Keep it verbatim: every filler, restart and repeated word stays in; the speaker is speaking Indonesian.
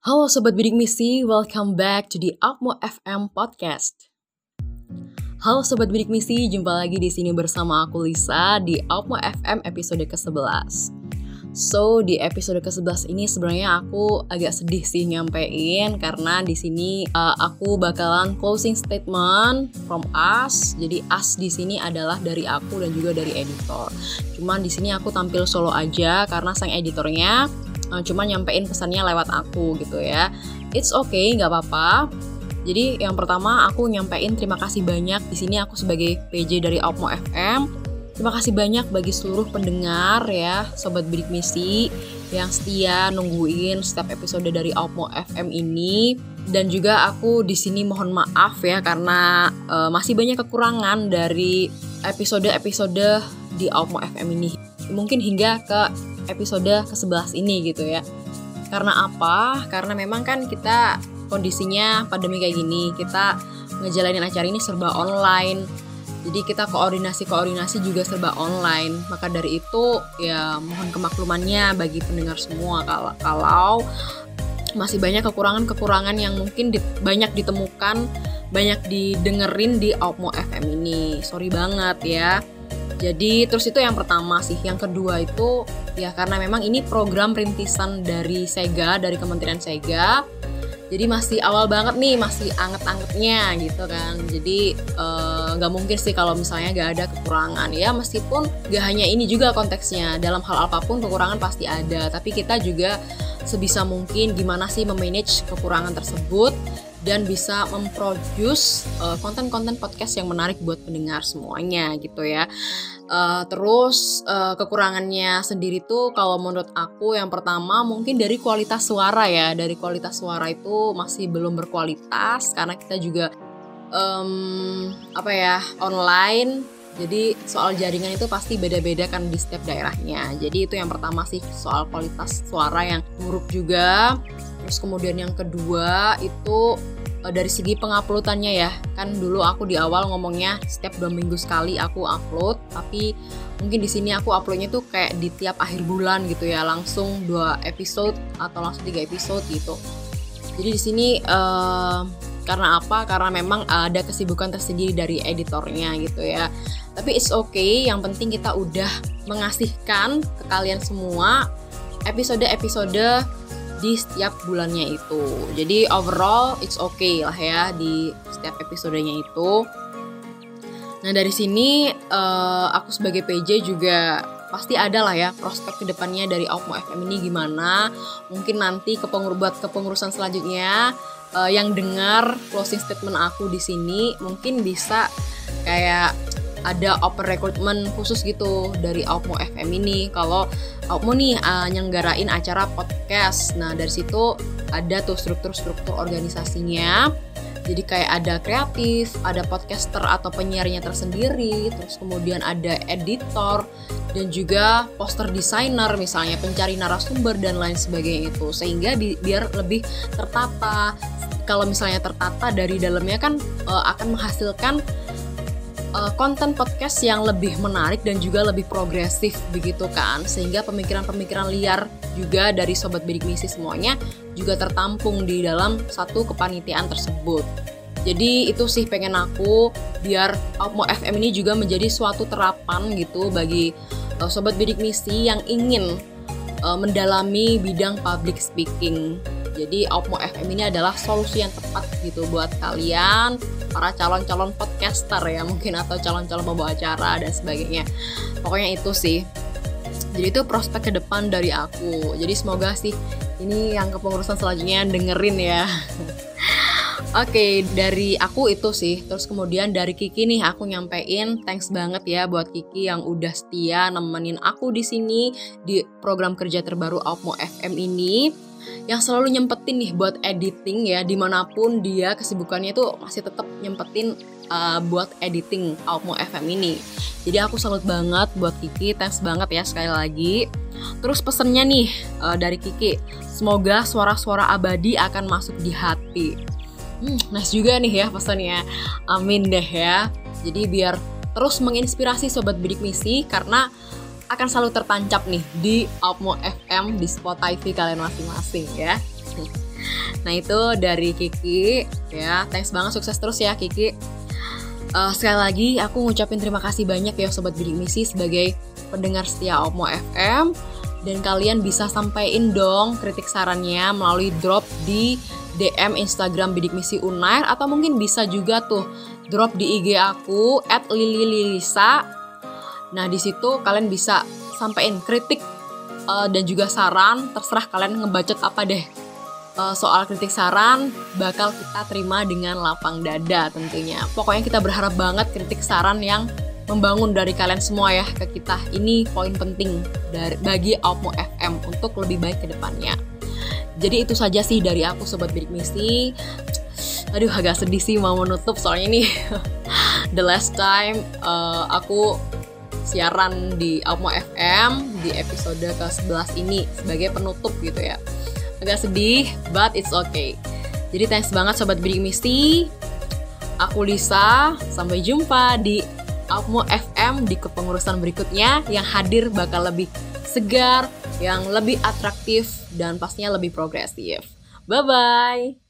Halo Sobat Bidik Misi, welcome back to the Opmo F M Podcast. Halo Sobat Bidik Misi, jumpa lagi di sini bersama aku Lisa di Opmo F M episode kesebelas. So, di episode kesebelas ini sebenarnya aku agak sedih sih nyampein karena di sini uh, aku bakalan closing statement from us. Jadi us di sini adalah dari aku dan juga dari editor. Cuman di sini aku tampil solo aja karena sang editornya uh, cuma nyampein pesannya lewat aku gitu ya. It's okay, nggak apa-apa. Jadi yang pertama aku nyampein terima kasih banyak di sini aku sebagai P J dari Opmo F M. Terima kasih banyak bagi seluruh pendengar ya, Sobat Bidik Misi yang setia nungguin setiap episode dari Opmo F M ini. Dan juga aku di sini mohon maaf ya karena uh, masih banyak kekurangan dari episode-episode di Opmo F M ini. Mungkin hingga ke episode kesebelas ini gitu ya. Karena apa? Karena memang kan kita kondisinya pandemi kayak gini, kita ngejalanin acara ini serba online. Jadi kita koordinasi-koordinasi juga serba online. Maka dari itu ya mohon kemaklumannya bagi pendengar semua kalau, kalau masih banyak kekurangan-kekurangan yang mungkin di, banyak ditemukan, banyak didengerin di Opmo F M ini. Sorry banget ya. Jadi terus itu yang pertama sih. Yang kedua itu ya karena memang ini program rintisan dari Sega, dari Kementerian Sega. Jadi masih awal banget nih, masih anget-angetnya gitu kan. Jadi nggak uh, mungkin sih kalau misalnya nggak ada kekurangan ya. Meskipun nggak hanya ini juga konteksnya, dalam hal apapun kekurangan pasti ada. Tapi kita juga sebisa mungkin gimana sih memanage kekurangan tersebut dan bisa memproduce uh, konten-konten podcast yang menarik buat pendengar semuanya gitu ya. Uh, terus uh, kekurangannya sendiri tuh kalau menurut aku yang pertama mungkin dari kualitas suara ya. Dari kualitas suara itu masih belum berkualitas karena kita juga um, apa ya online. Jadi soal jaringan itu pasti beda-beda kan di setiap daerahnya. Jadi itu yang pertama sih soal kualitas suara yang buruk juga. Terus kemudian yang kedua itu dari segi penguploadannya ya, kan dulu aku di awal ngomongnya setiap dua minggu sekali aku upload, tapi mungkin di sini aku uploadnya tuh kayak di tiap akhir bulan gitu ya, langsung dua episode atau langsung tiga episode gitu. Jadi di sini uh, karena apa? Karena memang ada kesibukan tersendiri dari editornya gitu ya. Tapi it's okay, yang penting kita udah mengasihkan ke kalian semua episode-episode di setiap bulannya itu. Jadi overall it's okay lah ya di setiap episodenya itu. Nah dari sini uh, aku sebagai P J juga pasti ada lah ya prospek kedepannya dari Opmo F M ini gimana. Mungkin nanti kepengur buat kepengurusan selanjutnya uh, yang dengar closing statement aku di sini mungkin bisa kayak ada open recruitment khusus gitu dari Opmo F M ini. Kalau Opmo nih uh, nyenggarain acara podcast. Nah dari situ ada tuh struktur-struktur organisasinya. Jadi kayak ada kreatif, ada podcaster atau penyiarnya tersendiri, terus kemudian ada editor dan juga poster designer misalnya, pencari narasumber dan lain sebagainya itu. Sehingga bi- biar lebih tertata. Kalau misalnya tertata dari dalamnya kan uh, akan menghasilkan Uh, konten podcast yang lebih menarik dan juga lebih progresif begitu kan, sehingga pemikiran-pemikiran liar juga dari Sobat Bidik Misi semuanya juga tertampung di dalam satu kepanitiaan tersebut. Jadi itu sih pengen aku biar Opmo F M ini juga menjadi suatu terapan gitu bagi uh, Sobat Bidik Misi yang ingin uh, mendalami bidang public speaking. Jadi Opmo F M ini adalah solusi yang tepat gitu buat kalian para calon-calon podcaster ya mungkin atau calon-calon pembawa acara dan sebagainya. Pokoknya itu sih. Jadi itu prospek ke depan dari aku. Jadi semoga sih ini yang kepengurusan selanjutnya dengerin ya. Oke, okay, dari aku itu sih. Terus kemudian dari Kiki nih aku nyampein thanks banget ya buat Kiki yang udah setia nemenin aku di sini di program kerja terbaru Opmo F M ini. Yang selalu nyempetin nih buat editing ya, dimanapun dia kesibukannya tuh masih tetap nyempetin uh, buat editing Opmo F M ini. Jadi aku salut banget buat Kiki, thanks banget ya sekali lagi. Terus pesennya nih uh, dari Kiki, semoga suara-suara abadi akan masuk di hati. Hmm, nice juga nih ya pesannya, amin deh ya. Jadi biar terus menginspirasi Sobat Bidik Misi karena akan selalu tertancap nih di Opmo F M di Spotify kalian masing-masing ya. Nah itu dari Kiki ya, thanks banget, sukses terus ya Kiki. Uh, sekali lagi aku ngucapin terima kasih banyak ya Sobat Bidik Misi sebagai pendengar setia Opmo F M. Dan kalian bisa sampein dong kritik sarannya melalui drop di D M Instagram Bidik Misi Unair, atau mungkin bisa juga tuh drop di I G aku at lilililisa. Nah di situ kalian bisa sampein kritik uh, dan juga saran, terserah kalian ngebacot apa deh. Uh, soal kritik saran bakal kita terima dengan lapang dada tentunya. Pokoknya kita berharap banget kritik saran yang membangun dari kalian semua ya ke kita. Ini poin penting dari bagi Opmo F M untuk lebih baik ke depannya. Jadi itu saja sih dari aku Sobat Bidik Misi. Aduh agak sedih sih mau menutup, soalnya ini the last time uh, aku siaran di Opmo F M di episode ke sebelas ini sebagai penutup gitu ya. Agak sedih, but it's okay. Jadi thanks banget Sobat Bidik Misi. Aku Lisa, sampai jumpa di Opmo F M di kepengurusan berikutnya yang hadir bakal lebih segar, yang lebih atraktif, dan pastinya lebih progresif. Bye-bye!